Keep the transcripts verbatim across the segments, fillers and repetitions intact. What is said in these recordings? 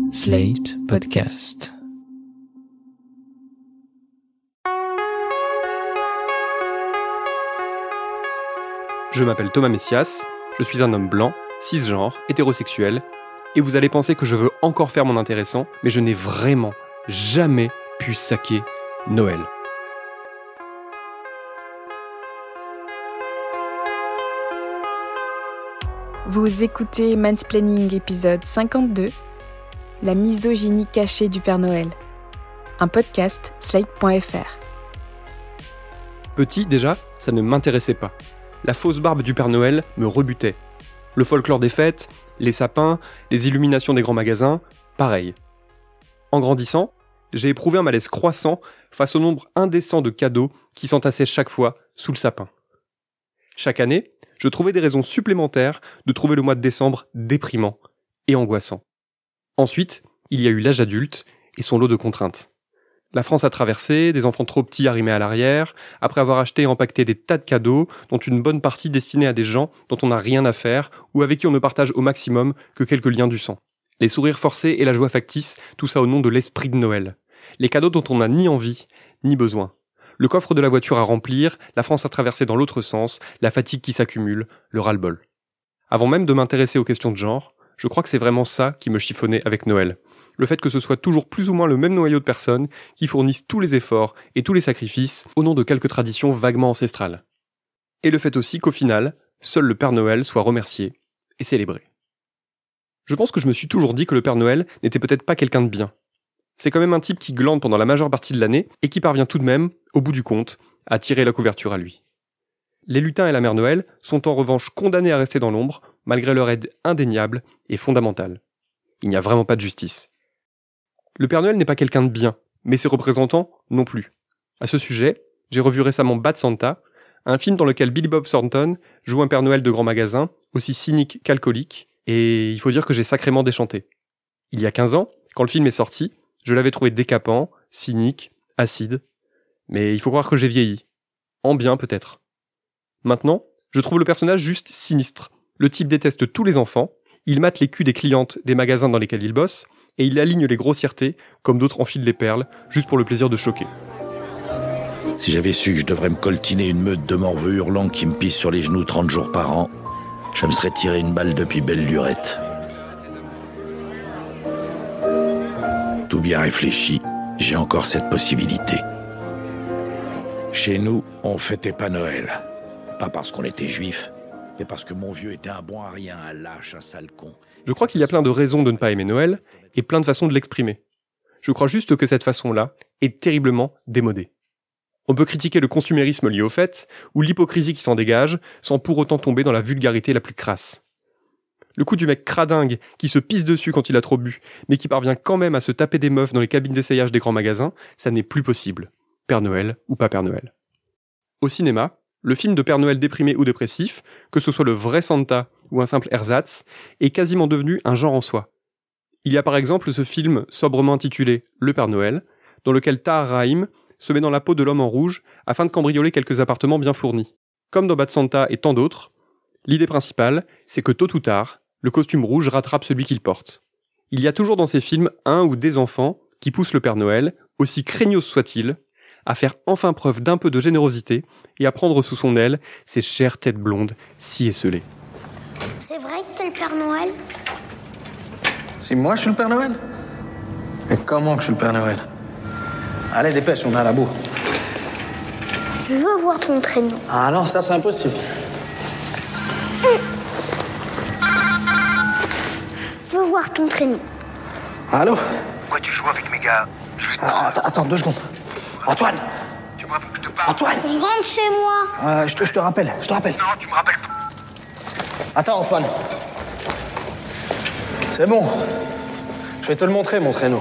Slate Podcast. Je m'appelle Thomas Messias, je suis un homme blanc, cisgenre, hétérosexuel, et vous allez penser que je veux encore faire mon intéressant, mais je n'ai vraiment jamais pu saquer Noël. Vous écoutez Mansplaining épisode cinquante-deux, la misogynie cachée du Père Noël, un podcast slate point f r. Petit, déjà, ça ne m'intéressait pas. La fausse barbe du Père Noël me rebutait. Le folklore des fêtes, les sapins, les illuminations des grands magasins, pareil. En grandissant, j'ai éprouvé un malaise croissant face au nombre indécent de cadeaux qui s'entassaient chaque fois sous le sapin. Chaque année, je trouvais des raisons supplémentaires de trouver le mois de décembre déprimant et angoissant. Ensuite, il y a eu l'âge adulte et son lot de contraintes. La France a traversé, des enfants trop petits arrimés à l'arrière, après avoir acheté et empaqueté des tas de cadeaux, dont une bonne partie destinée à des gens dont on n'a rien à faire ou avec qui on ne partage au maximum que quelques liens du sang. Les sourires forcés et la joie factice, tout ça au nom de l'esprit de Noël. Les cadeaux dont on n'a ni envie, ni besoin. Le coffre de la voiture à remplir, la France à traverser dans l'autre sens, la fatigue qui s'accumule, le ras-le-bol. Avant même de m'intéresser aux questions de genre, je crois que c'est vraiment ça qui me chiffonnait avec Noël. Le fait que ce soit toujours plus ou moins le même noyau de personnes qui fournissent tous les efforts et tous les sacrifices au nom de quelques traditions vaguement ancestrales. Et le fait aussi qu'au final, seul le Père Noël soit remercié et célébré. Je pense que je me suis toujours dit que le Père Noël n'était peut-être pas quelqu'un de bien. C'est quand même un type qui glande pendant la majeure partie de l'année et qui parvient tout de même, au bout du compte, à tirer la couverture à lui. Les lutins et la Mère Noël sont en revanche condamnés à rester dans l'ombre, malgré leur aide indéniable et fondamentale. Il n'y a vraiment pas de justice. Le Père Noël n'est pas quelqu'un de bien, mais ses représentants non plus. À ce sujet, j'ai revu récemment Bad Santa, un film dans lequel Billy Bob Thornton joue un Père Noël de grand magasin, aussi cynique qu'alcoolique, et il faut dire que j'ai sacrément déchanté. Il y a quinze ans, quand le film est sorti, je l'avais trouvé décapant, cynique, acide, mais il faut croire que j'ai vieilli. En bien peut-être. Maintenant, je trouve le personnage juste sinistre. Le type déteste tous les enfants, il mate les culs des clientes des magasins dans lesquels il bosse, et il aligne les grossièretés comme d'autres enfilent les perles, juste pour le plaisir de choquer. Si j'avais su que je devrais me coltiner une meute de morveux hurlants qui me pissent sur les genoux trente jours par an, je me serais tiré une balle depuis belle lurette. Tout bien réfléchi, j'ai encore cette possibilité. Chez nous, on fêtait pas Noël. Pas parce qu'on était juifs, mais parce que mon vieux était un bon à rien, un lâche, un sale con. Je crois qu'il y a plein de raisons de ne pas aimer Noël, et plein de façons de l'exprimer. Je crois juste que cette façon-là est terriblement démodée. On peut critiquer le consumérisme lié aux fêtes, ou l'hypocrisie qui s'en dégage, sans pour autant tomber dans la vulgarité la plus crasse. Le coup du mec cradingue qui se pisse dessus quand il a trop bu, mais qui parvient quand même à se taper des meufs dans les cabines d'essayage des grands magasins, ça n'est plus possible. Père Noël ou pas Père Noël. Au cinéma, le film de Père Noël déprimé ou dépressif, que ce soit le vrai Santa ou un simple ersatz, est quasiment devenu un genre en soi. Il y a par exemple ce film sobrement intitulé Le Père Noël, dans lequel Tahar Rahim se met dans la peau de l'homme en rouge afin de cambrioler quelques appartements bien fournis. Comme dans Bad Santa et tant d'autres, l'idée principale, c'est que tôt ou tard, le costume rouge rattrape celui qu'il porte. Il y a toujours dans ces films un ou des enfants qui poussent le Père Noël, aussi craignos soit-il, à faire enfin preuve d'un peu de générosité et à prendre sous son aile ces chères têtes blondes si esselées. C'est vrai que t'es le Père Noël ? Si moi je suis le Père Noël ? Et comment que je suis le Père Noël ? Allez, dépêche, on a la boue. Je veux voir ton traîneau. Ah non, ça c'est impossible. Je veux voir ton traîneau. Allô ? Pourquoi tu joues avec mes gars? Je vais te Ah, prendre. attends, attends, deux secondes. Antoine ! Tu me rappelles que je te parle? Antoine ! Je rentre chez moi. euh, je, te, je te rappelle, je te rappelle. Non, tu me rappelles pas. Attends, Antoine. C'est bon. Je vais te le montrer, mon traîneau.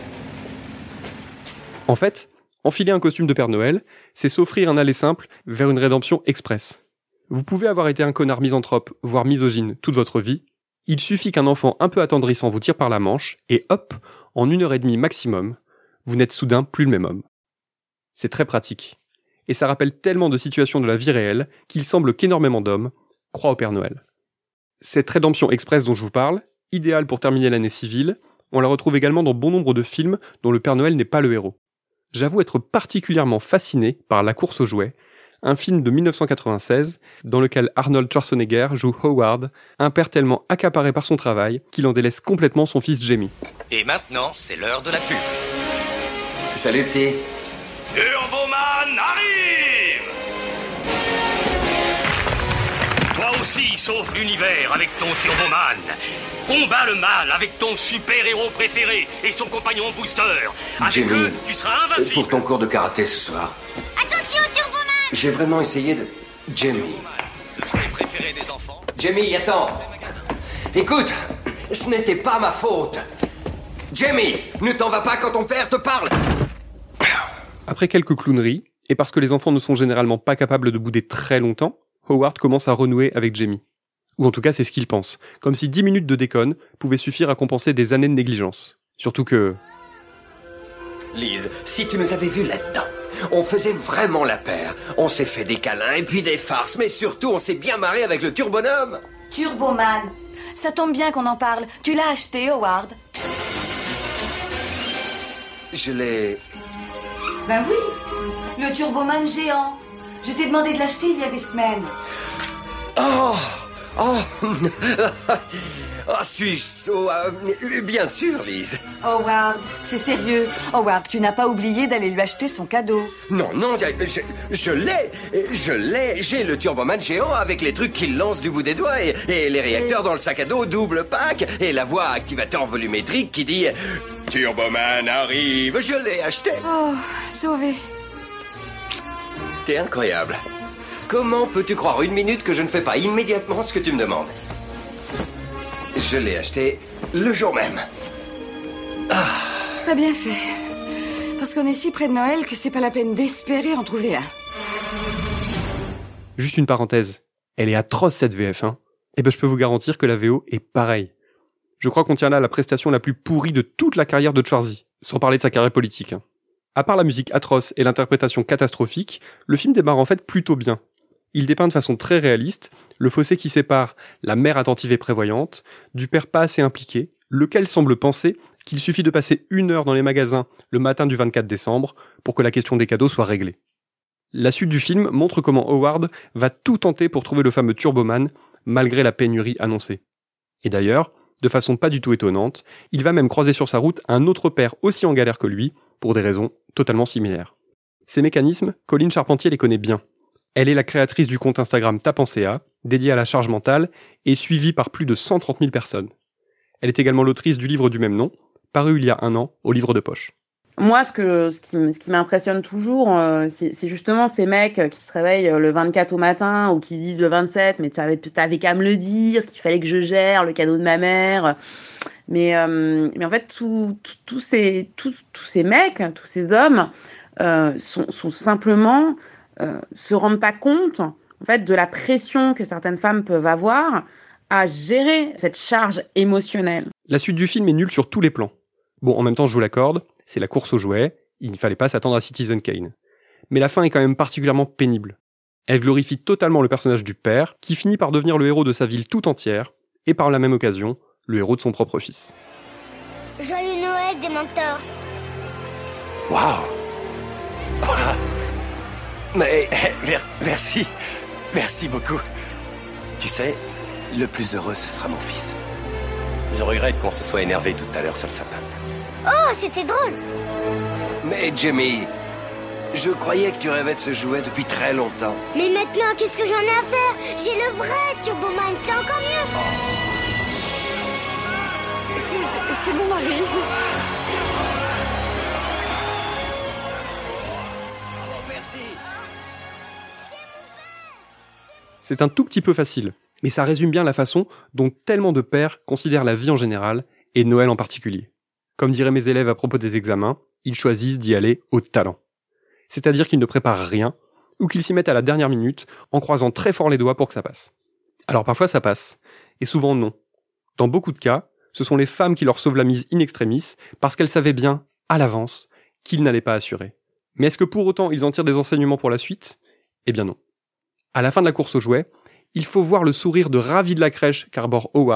En fait, enfiler un costume de Père Noël, c'est s'offrir un aller simple vers une rédemption express. Vous pouvez avoir été un connard misanthrope, voire misogyne toute votre vie. Il suffit qu'un enfant un peu attendrissant vous tire par la manche, et hop, en une heure et demie maximum, vous n'êtes soudain plus le même homme. C'est très pratique. Et ça rappelle tellement de situations de la vie réelle qu'il semble qu'énormément d'hommes croient au Père Noël. Cette rédemption express dont je vous parle, idéale pour terminer l'année civile, On la retrouve également dans bon nombre de films dont le Père Noël n'est pas le héros. J'avoue être particulièrement fasciné par La course aux jouets, un film de dix-neuf cent quatre-vingt-seize dans lequel Arnold Schwarzenegger joue Howard, un père tellement accaparé par son travail qu'il en délaisse complètement son fils Jamie. Et maintenant, c'est l'heure de la pub. Salut T. Turboman arrive! Toi aussi, sauve l'univers avec ton Turboman. Combat le mal avec ton super-héros préféré et son compagnon Booster. Avec Jamie, eux, tu seras invincible. Pour ton cours de karaté ce soir. Attention, Turboman! J'ai vraiment essayé de... Jamie. Le jouet préféré des enfants. Jamie, attends. Écoute, ce n'était pas ma faute. Jamie, ne t'en vas pas quand ton père te parle. Après quelques clowneries, et parce que les enfants ne sont généralement pas capables de bouder très longtemps, Howard commence à renouer avec Jamie. Ou en tout cas, c'est ce qu'il pense. Comme si dix minutes de déconne pouvaient suffire à compenser des années de négligence. Surtout que... Lise, si tu nous avais vus là-dedans, on faisait vraiment la paire. On s'est fait des câlins et puis des farces, mais surtout on s'est bien marré avec le Turbonome. Turboman. Ça tombe bien qu'on en parle. Tu l'as acheté, Howard? Je l'ai... Ben oui, le Turboman géant. Je t'ai demandé de l'acheter il y a des semaines. Oh Oh Oh, suis-je sot euh, Bien sûr, Lise. Howard, c'est sérieux. Howard, tu n'as pas oublié d'aller lui acheter son cadeau. Non, non, je, je, je l'ai Je l'ai J'ai le Turboman géant avec les trucs qu'il lance du bout des doigts et, et les réacteurs dans le sac à dos double pack et la voix activateur volumétrique qui dit « Turboman arrive !» Je l'ai acheté. Oh, sauvé. T'es incroyable. Comment peux-tu croire une minute que je ne fais pas immédiatement ce que tu me demandes? Je l'ai acheté le jour même. Ah. T'as bien fait. Parce qu'on est si près de Noël que c'est pas la peine d'espérer en trouver un. Juste une parenthèse. Elle est atroce cette V F, hein. Et ben je peux vous garantir que la V O est pareille. Je crois qu'on tient là la prestation la plus pourrie de toute la carrière de Schwarzy, sans parler de sa carrière politique. Hein. À part la musique atroce et l'interprétation catastrophique, le film démarre en fait plutôt bien. Il dépeint de façon très réaliste le fossé qui sépare la mère attentive et prévoyante du père pas assez impliqué, lequel semble penser qu'il suffit de passer une heure dans les magasins le matin du vingt-quatre décembre pour que la question des cadeaux soit réglée. La suite du film montre comment Howard va tout tenter pour trouver le fameux Turboman, malgré la pénurie annoncée. Et d'ailleurs, de façon pas du tout étonnante, il va même croiser sur sa route un autre père aussi en galère que lui, pour des raisons totalement similaires. Ces mécanismes, Colline Charpentier les connaît bien. Elle est la créatrice du compte Instagram Tapensea, dédié à la charge mentale, et suivie par plus de cent trente mille personnes. Elle est également l'autrice du livre du même nom, paru il y a un an au livre de poche. Moi, ce, que, ce qui, ce qui m'impressionne toujours, euh, c'est, c'est justement ces mecs qui se réveillent le vingt-quatre au matin ou qui disent le vingt-sept, mais tu avais, t'avais qu'à me le dire, qu'il fallait que je gère le cadeau de ma mère. Mais, euh, mais en fait, tous tout, tout ces, tout, tous ces mecs, tous ces hommes euh, sont, sont simplement... Euh, se rendent pas compte en fait de la pression que certaines femmes peuvent avoir à gérer cette charge émotionnelle. La suite du film est nulle sur tous les plans. Bon, en même temps, je vous l'accorde, c'est la course aux jouets, il ne fallait pas s'attendre à Citizen Kane. Mais la fin est quand même particulièrement pénible. Elle glorifie totalement le personnage du père, qui finit par devenir le héros de sa ville tout entière, et par la même occasion, le héros de son propre fils. Joyeux Noël, Démentor. Waouh. Mais merci, merci beaucoup. Tu sais, le plus heureux, ce sera mon fils. Je regrette qu'on se soit énervé tout à l'heure sur le sapin. Oh, c'était drôle. Mais Jamie, je croyais que tu rêvais de ce jouet depuis très longtemps. Mais maintenant, qu'est-ce que j'en ai à faire? J'ai le vrai Turboman, c'est encore mieux. C'est, c'est mon mari. C'est un tout petit peu facile, mais ça résume bien la façon dont tellement de pères considèrent la vie en général, et Noël en particulier. Comme diraient mes élèves à propos des examens, ils choisissent d'y aller au talent. C'est-à-dire qu'ils ne préparent rien, ou qu'ils s'y mettent à la dernière minute, en croisant très fort les doigts pour que ça passe. Alors parfois ça passe, et souvent non. Dans beaucoup de cas, ce sont les femmes qui leur sauvent la mise in extremis, parce qu'elles savaient bien, à l'avance, qu'ils n'allaient pas assurer. Mais est-ce que pour autant ils en tirent des enseignements pour la suite? Eh bien non. À la fin de la course aux jouets, il faut voir le sourire de ravi de la crèche qu'arbore Howard,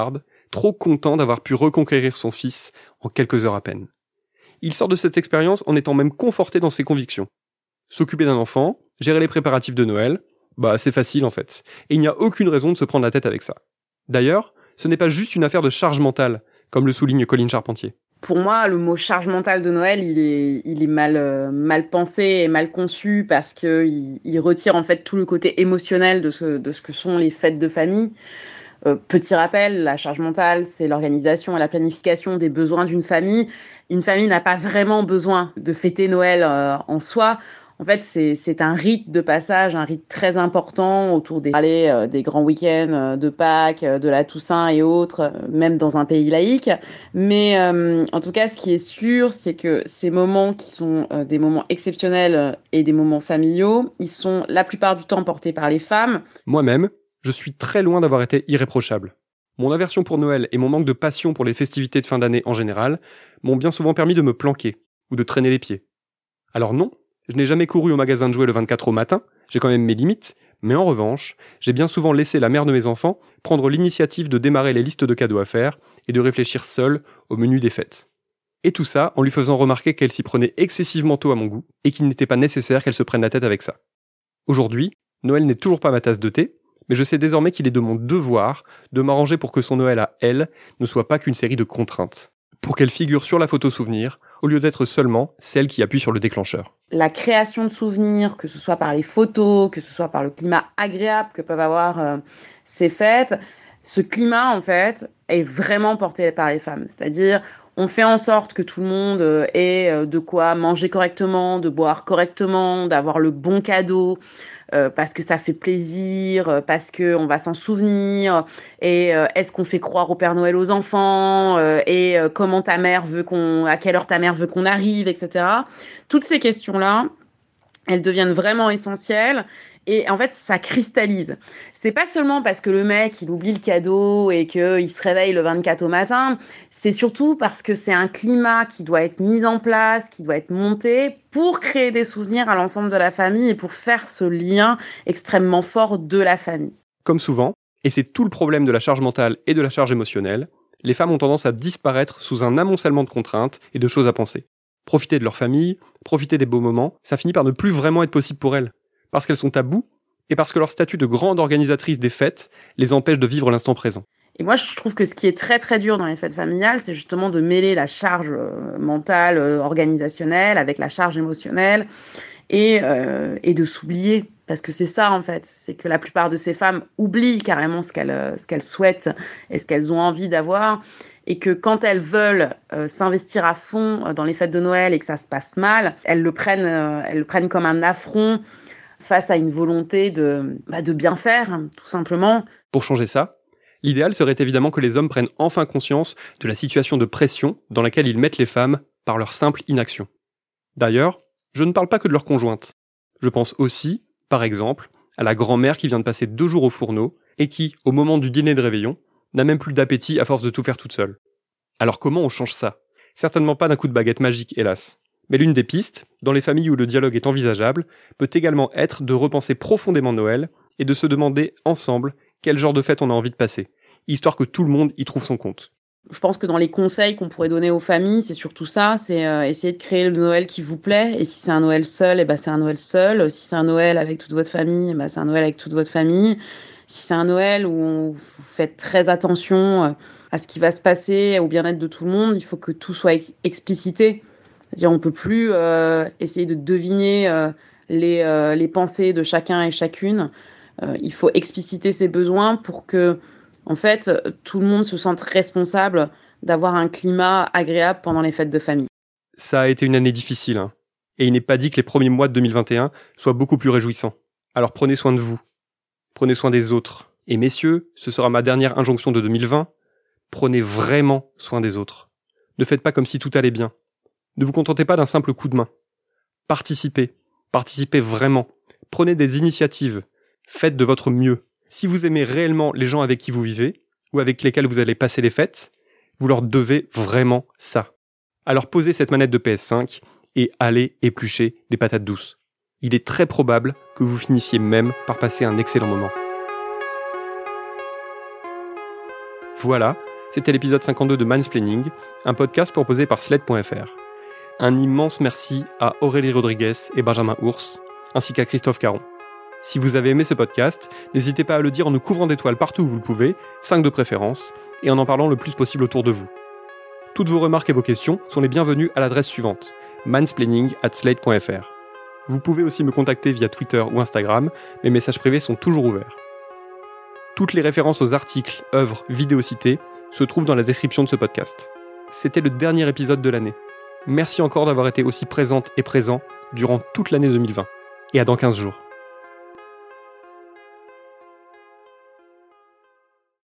trop content d'avoir pu reconquérir son fils en quelques heures à peine. Il sort de cette expérience en étant même conforté dans ses convictions. S'occuper d'un enfant, gérer les préparatifs de Noël, bah c'est facile en fait, et il n'y a aucune raison de se prendre la tête avec ça. D'ailleurs, ce n'est pas juste une affaire de charge mentale, comme le souligne Colline Charpentier. Pour moi, le mot charge mentale de Noël, il est, il est mal, euh, mal pensé et mal conçu parce que il, il retire en fait tout le côté émotionnel de ce, de ce que sont les fêtes de famille. Euh, petit rappel, la charge mentale, c'est l'organisation et la planification des besoins d'une famille. Une famille n'a pas vraiment besoin de fêter Noël euh, en soi. En fait, c'est, c'est un rite de passage, un rite très important autour des, allez, euh, des grands week-ends euh, de Pâques, euh, de la Toussaint et autres, euh, même dans un pays laïque. Mais euh, en tout cas, ce qui est sûr, c'est que ces moments qui sont euh, des moments exceptionnels euh, et des moments familiaux, ils sont la plupart du temps portés par les femmes. Moi-même, je suis très loin d'avoir été irréprochable. Mon aversion pour Noël et mon manque de passion pour les festivités de fin d'année en général m'ont bien souvent permis de me planquer ou de traîner les pieds. Alors non, je n'ai jamais couru au magasin de jouets le vingt-quatre au matin, j'ai quand même mes limites, mais en revanche, j'ai bien souvent laissé la mère de mes enfants prendre l'initiative de démarrer les listes de cadeaux à faire et de réfléchir seule au menu des fêtes. Et tout ça en lui faisant remarquer qu'elle s'y prenait excessivement tôt à mon goût et qu'il n'était pas nécessaire qu'elle se prenne la tête avec ça. Aujourd'hui, Noël n'est toujours pas ma tasse de thé, mais je sais désormais qu'il est de mon devoir de m'arranger pour que son Noël à elle ne soit pas qu'une série de contraintes, pour qu'elle figure sur la photo souvenir, au lieu d'être seulement celle qui appuie sur le déclencheur. La création de souvenirs, que ce soit par les photos, que ce soit par le climat agréable que peuvent avoir euh, ces fêtes, ce climat, en fait, est vraiment porté par les femmes. C'est-à-dire, on fait en sorte que tout le monde euh, ait euh, de quoi manger correctement, de boire correctement, d'avoir le bon cadeau, Euh, parce que ça fait plaisir, euh, parce qu'on va s'en souvenir, et euh, est-ce qu'on fait croire au Père Noël aux enfants, euh, et euh, comment ta mère veut qu'on, à quelle heure ta mère veut qu'on arrive, et cetera. Toutes ces questions-là, elles deviennent vraiment essentielles. Et en fait, ça cristallise. C'est pas seulement parce que le mec, il oublie le cadeau et qu'il se réveille le vingt-quatre au matin. C'est surtout parce que c'est un climat qui doit être mis en place, qui doit être monté pour créer des souvenirs à l'ensemble de la famille et pour faire ce lien extrêmement fort de la famille. Comme souvent, et c'est tout le problème de la charge mentale et de la charge émotionnelle, les femmes ont tendance à disparaître sous un amoncellement de contraintes et de choses à penser. Profiter de leur famille, profiter des beaux moments, ça finit par ne plus vraiment être possible pour elles. Parce qu'elles sont à bout, et parce que leur statut de grande organisatrice des fêtes les empêche de vivre l'instant présent. Et moi, je trouve que ce qui est très très dur dans les fêtes familiales, c'est justement de mêler la charge euh, mentale, euh, organisationnelle, avec la charge émotionnelle, et, euh, et de s'oublier. Parce que c'est ça, en fait, c'est que la plupart de ces femmes oublient carrément ce qu'elles, euh, ce qu'elles souhaitent et ce qu'elles ont envie d'avoir, et que quand elles veulent euh, s'investir à fond euh, dans les fêtes de Noël et que ça se passe mal, elles le prennent, euh, elles le prennent comme un affront, face à une volonté de, bah de bien faire, tout simplement. Pour changer ça, l'idéal serait évidemment que les hommes prennent enfin conscience de la situation de pression dans laquelle ils mettent les femmes par leur simple inaction. D'ailleurs, je ne parle pas que de leur conjointe. Je pense aussi, par exemple, à la grand-mère qui vient de passer deux jours au fourneau et qui, au moment du dîner de réveillon, n'a même plus d'appétit à force de tout faire toute seule. Alors comment on change ça ? Certainement pas d'un coup de baguette magique, hélas. Mais l'une des pistes, dans les familles où le dialogue est envisageable, peut également être de repenser profondément Noël et de se demander ensemble quel genre de fête on a envie de passer, histoire que tout le monde y trouve son compte. Je pense que dans les conseils qu'on pourrait donner aux familles, c'est surtout ça, c'est euh, essayer de créer le Noël qui vous plaît. Et si c'est un Noël seul, eh ben c'est un Noël seul. Si c'est un Noël avec toute votre famille, eh ben c'est un Noël avec toute votre famille. Si c'est un Noël où on, vous faites très attention à ce qui va se passer, au bien-être de tout le monde, il faut que tout soit ex- explicité. C'est-à-dire, on ne peut plus euh, essayer de deviner euh, les, euh, les pensées de chacun et chacune. Euh, il faut expliciter ses besoins pour que, en fait, tout le monde se sente responsable d'avoir un climat agréable pendant les fêtes de famille. Ça a été une année difficile, hein. Et il n'est pas dit que les premiers mois de deux mille vingt et un soient beaucoup plus réjouissants. Alors prenez soin de vous. Prenez soin des autres. Et messieurs, ce sera ma dernière injonction de deux mille vingt. Prenez vraiment soin des autres. Ne faites pas comme si tout allait bien. Ne vous contentez pas d'un simple coup de main. Participez. Participez vraiment. Prenez des initiatives. Faites de votre mieux. Si vous aimez réellement les gens avec qui vous vivez, ou avec lesquels vous allez passer les fêtes, vous leur devez vraiment ça. Alors posez cette manette de P S cinq et allez éplucher des patates douces. Il est très probable que vous finissiez même par passer un excellent moment. Voilà, C'était l'épisode cinquante-deux de Mansplaining, un podcast proposé par Slate point F R. Un immense merci à Aurélie Rodriguez et Benjamin Ours, ainsi qu'à Christophe Caron. Si vous avez aimé ce podcast, n'hésitez pas à le dire en nous couvrant d'étoiles partout où vous le pouvez, cinq de préférence, et en en parlant le plus possible autour de vous. Toutes vos remarques et vos questions sont les bienvenues à l'adresse suivante, mansplaining at slate point f r. Vous pouvez aussi me contacter via Twitter ou Instagram, mes messages privés sont toujours ouverts. Toutes les références aux articles, œuvres, vidéos citées se trouvent dans la description de ce podcast. C'était le dernier épisode de l'année. Merci encore d'avoir été aussi présente et présent durant toute l'année deux mille vingt. Et à dans quinze jours.